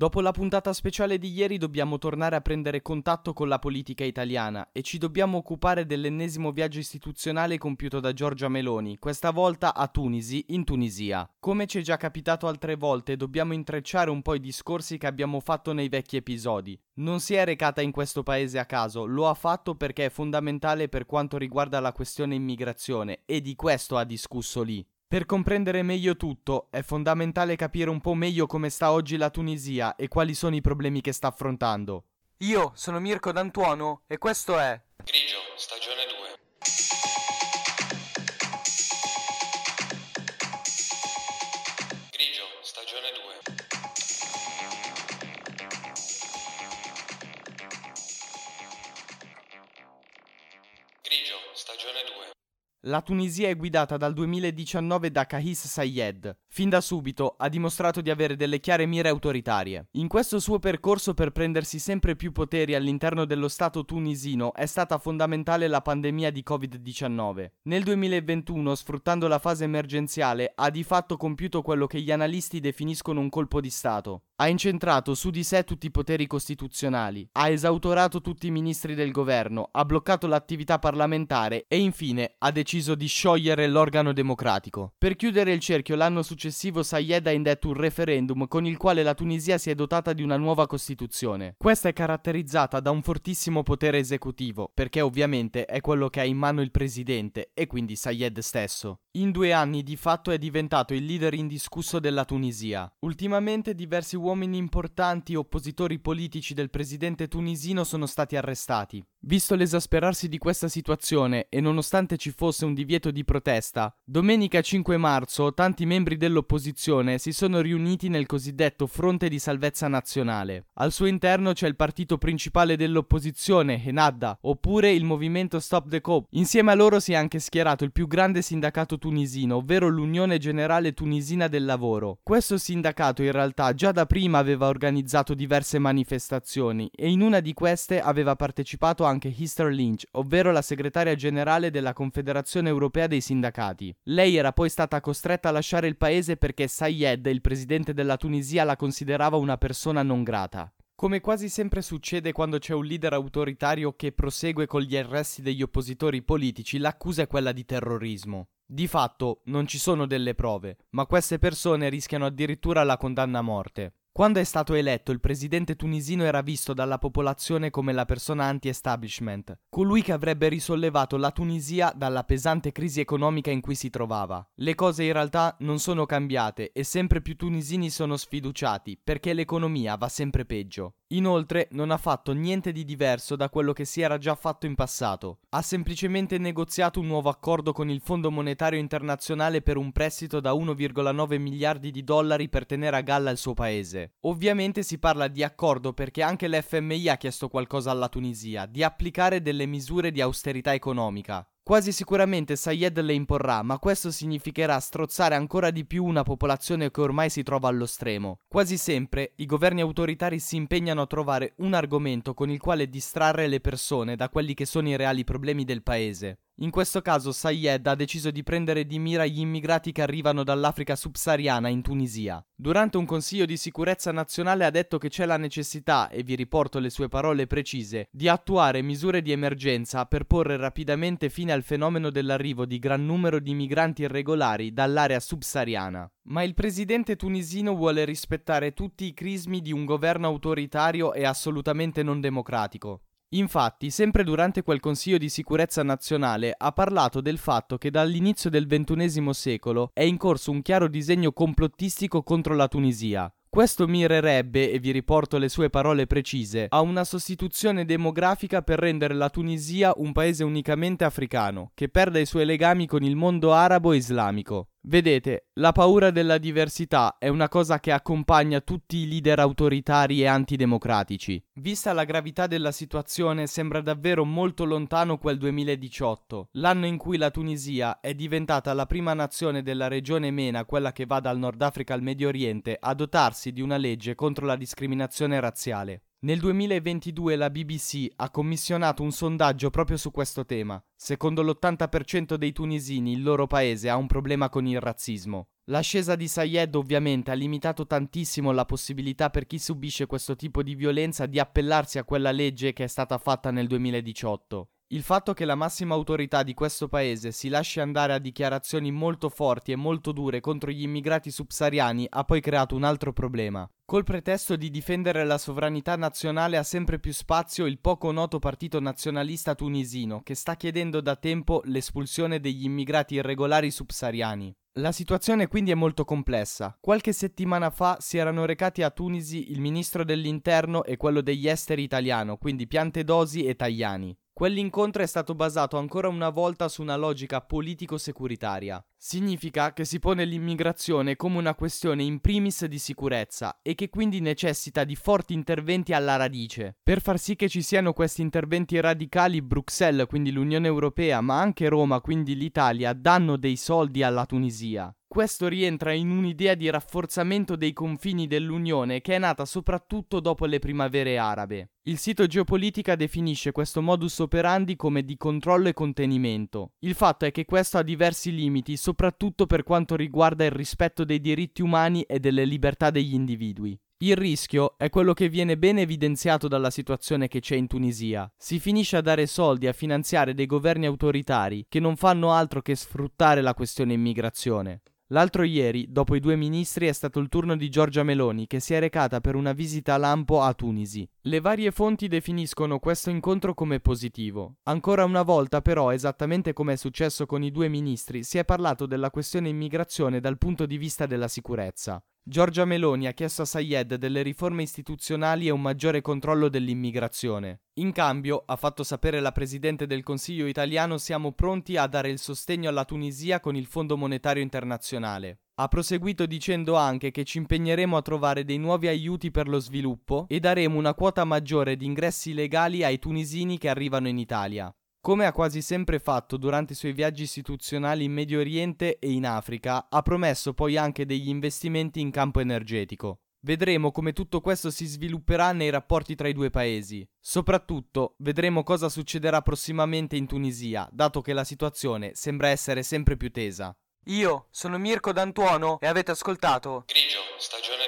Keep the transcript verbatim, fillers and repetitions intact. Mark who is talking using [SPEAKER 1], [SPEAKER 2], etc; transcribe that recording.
[SPEAKER 1] Dopo la puntata speciale di ieri dobbiamo tornare a prendere contatto con la politica italiana e ci dobbiamo occupare dell'ennesimo viaggio istituzionale compiuto da Giorgia Meloni, questa volta a Tunisi, in Tunisia. Come ci è già capitato altre volte, dobbiamo intrecciare un po' i discorsi che abbiamo fatto nei vecchi episodi. Non si è recata in questo paese a caso, lo ha fatto perché è fondamentale per quanto riguarda la questione immigrazione e di questo ha discusso lì. Per comprendere meglio tutto, è fondamentale capire un po' meglio come sta oggi la Tunisia e quali sono i problemi che sta affrontando. Io sono Mirko D'Antuono e questo è
[SPEAKER 2] Grigio, stagione due. Grigio, stagione due. Grigio, stagione due.
[SPEAKER 1] La Tunisia è guidata dal duemiladiciannove da Kais Saied. Fin da subito ha dimostrato di avere delle chiare mire autoritarie. In questo suo percorso per prendersi sempre più poteri all'interno dello Stato tunisino è stata fondamentale la pandemia di covid diciannove. Nel duemilaventuno, sfruttando la fase emergenziale, ha di fatto compiuto quello che gli analisti definiscono un colpo di Stato. Ha incentrato su di sé tutti i poteri costituzionali, ha esautorato tutti i ministri del governo, ha bloccato l'attività parlamentare e infine ha deciso di sciogliere l'organo democratico. Per chiudere il cerchio, l'anno successivo Saied ha indetto un referendum con il quale la Tunisia si è dotata di una nuova Costituzione. Questa è caratterizzata da un fortissimo potere esecutivo, perché ovviamente è quello che ha in mano il presidente e quindi Saied stesso. In due anni di fatto è diventato il leader indiscusso della Tunisia. Ultimamente diversi uomini importanti oppositori politici del presidente tunisino sono stati arrestati. Visto l'esasperarsi di questa situazione e nonostante ci fosse un divieto di protesta, domenica cinque marzo tanti membri dell'opposizione si sono riuniti nel cosiddetto Fronte di Salvezza Nazionale. Al suo interno c'è il partito principale dell'opposizione, Ennahda, oppure il movimento Stop the Coup. Insieme a loro si è anche schierato il più grande sindacato tunisino, ovvero l'Unione Generale Tunisina del Lavoro. Questo sindacato in realtà già da prima aveva organizzato diverse manifestazioni e in una di queste aveva partecipato anche Esther Lynch, ovvero la segretaria generale della Confederazione Europea dei Sindacati. Lei era poi stata costretta a lasciare il paese perché Saied, il presidente della Tunisia, la considerava una persona non grata. Come quasi sempre succede quando c'è un leader autoritario che prosegue con gli arresti degli oppositori politici, l'accusa è quella di terrorismo. Di fatto non ci sono delle prove, ma queste persone rischiano addirittura la condanna a morte. Quando è stato eletto, il presidente tunisino era visto dalla popolazione come la persona anti-establishment, colui che avrebbe risollevato la Tunisia dalla pesante crisi economica in cui si trovava. Le cose in realtà non sono cambiate e sempre più tunisini sono sfiduciati perché l'economia va sempre peggio. Inoltre non ha fatto niente di diverso da quello che si era già fatto in passato. Ha semplicemente negoziato un nuovo accordo con il Fondo Monetario Internazionale per un prestito da uno virgola nove miliardi di dollari per tenere a galla il suo paese. Ovviamente si parla di accordo perché anche l'F M I ha chiesto qualcosa alla Tunisia, di applicare delle misure di austerità economica. Quasi sicuramente Saied le imporrà, ma questo significherà strozzare ancora di più una popolazione che ormai si trova allo stremo. Quasi sempre i governi autoritari si impegnano a trovare un argomento con il quale distrarre le persone da quelli che sono i reali problemi del paese. In questo caso Saied ha deciso di prendere di mira gli immigrati che arrivano dall'Africa subsahariana in Tunisia. Durante un consiglio di sicurezza nazionale ha detto che c'è la necessità, e vi riporto le sue parole precise, di attuare misure di emergenza per porre rapidamente fine al fenomeno dell'arrivo di gran numero di migranti irregolari dall'area subsahariana. Ma il presidente tunisino vuole rispettare tutti i crismi di un governo autoritario e assolutamente non democratico. Infatti, sempre durante quel Consiglio di sicurezza nazionale ha parlato del fatto che dall'inizio del ventunesimo secolo è in corso un chiaro disegno complottistico contro la Tunisia. Questo mirerebbe, e vi riporto le sue parole precise, a una sostituzione demografica per rendere la Tunisia un paese unicamente africano, che perda i suoi legami con il mondo arabo e islamico. Vedete, la paura della diversità è una cosa che accompagna tutti i leader autoritari e antidemocratici. Vista la gravità della situazione, sembra davvero molto lontano quel duemiladiciotto, l'anno in cui la Tunisia è diventata la prima nazione della regione MENA, quella che va dal Nord Africa al Medio Oriente, a dotarsi di una legge contro la discriminazione razziale. Nel duemilaventidue la B B C ha commissionato un sondaggio proprio su questo tema. Secondo l'ottanta per cento dei tunisini il loro paese ha un problema con il razzismo. L'ascesa di Sayed ovviamente ha limitato tantissimo la possibilità per chi subisce questo tipo di violenza di appellarsi a quella legge che è stata fatta nel duemiladiciotto. Il fatto che la massima autorità di questo paese si lasci andare a dichiarazioni molto forti e molto dure contro gli immigrati subsahariani ha poi creato un altro problema. Col pretesto di difendere la sovranità nazionale ha sempre più spazio il poco noto partito nazionalista tunisino che sta chiedendo da tempo l'espulsione degli immigrati irregolari subsahariani. La situazione quindi è molto complessa. Qualche settimana fa si erano recati a Tunisi il ministro dell'interno e quello degli esteri italiano, quindi Piantedosi e Tajani. Quell'incontro è stato basato ancora una volta su una logica politico-securitaria. Significa che si pone l'immigrazione come una questione in primis di sicurezza e che quindi necessita di forti interventi alla radice. Per far sì che ci siano questi interventi radicali, Bruxelles, quindi l'Unione Europea, ma anche Roma, quindi l'Italia, danno dei soldi alla Tunisia. Questo rientra in un'idea di rafforzamento dei confini dell'Unione che è nata soprattutto dopo le primavere arabe. Il sito Geopolitica definisce questo modus operandi come di controllo e contenimento. Il fatto è che questo ha diversi limiti, soprattutto per quanto riguarda il rispetto dei diritti umani e delle libertà degli individui. Il rischio è quello che viene ben evidenziato dalla situazione che c'è in Tunisia. Si finisce a dare soldi a finanziare dei governi autoritari che non fanno altro che sfruttare la questione immigrazione. L'altro ieri, dopo i due ministri, è stato il turno di Giorgia Meloni, che si è recata per una visita lampo a Tunisi. Le varie fonti definiscono questo incontro come positivo. Ancora una volta, però, esattamente come è successo con i due ministri, si è parlato della questione immigrazione dal punto di vista della sicurezza. Giorgia Meloni ha chiesto a Sayed delle riforme istituzionali e un maggiore controllo dell'immigrazione. In cambio, ha fatto sapere la Presidente del Consiglio italiano, siamo pronti a dare il sostegno alla Tunisia con il Fondo Monetario Internazionale. Ha proseguito dicendo anche che ci impegneremo a trovare dei nuovi aiuti per lo sviluppo e daremo una quota maggiore di ingressi legali ai tunisini che arrivano in Italia. Come ha quasi sempre fatto durante i suoi viaggi istituzionali in Medio Oriente e in Africa, ha promesso poi anche degli investimenti in campo energetico. Vedremo come tutto questo si svilupperà nei rapporti tra i due paesi. Soprattutto, vedremo cosa succederà prossimamente in Tunisia, dato che la situazione sembra essere sempre più tesa. Io sono Mirko D'Antuono e avete ascoltato
[SPEAKER 2] Grigio, stagione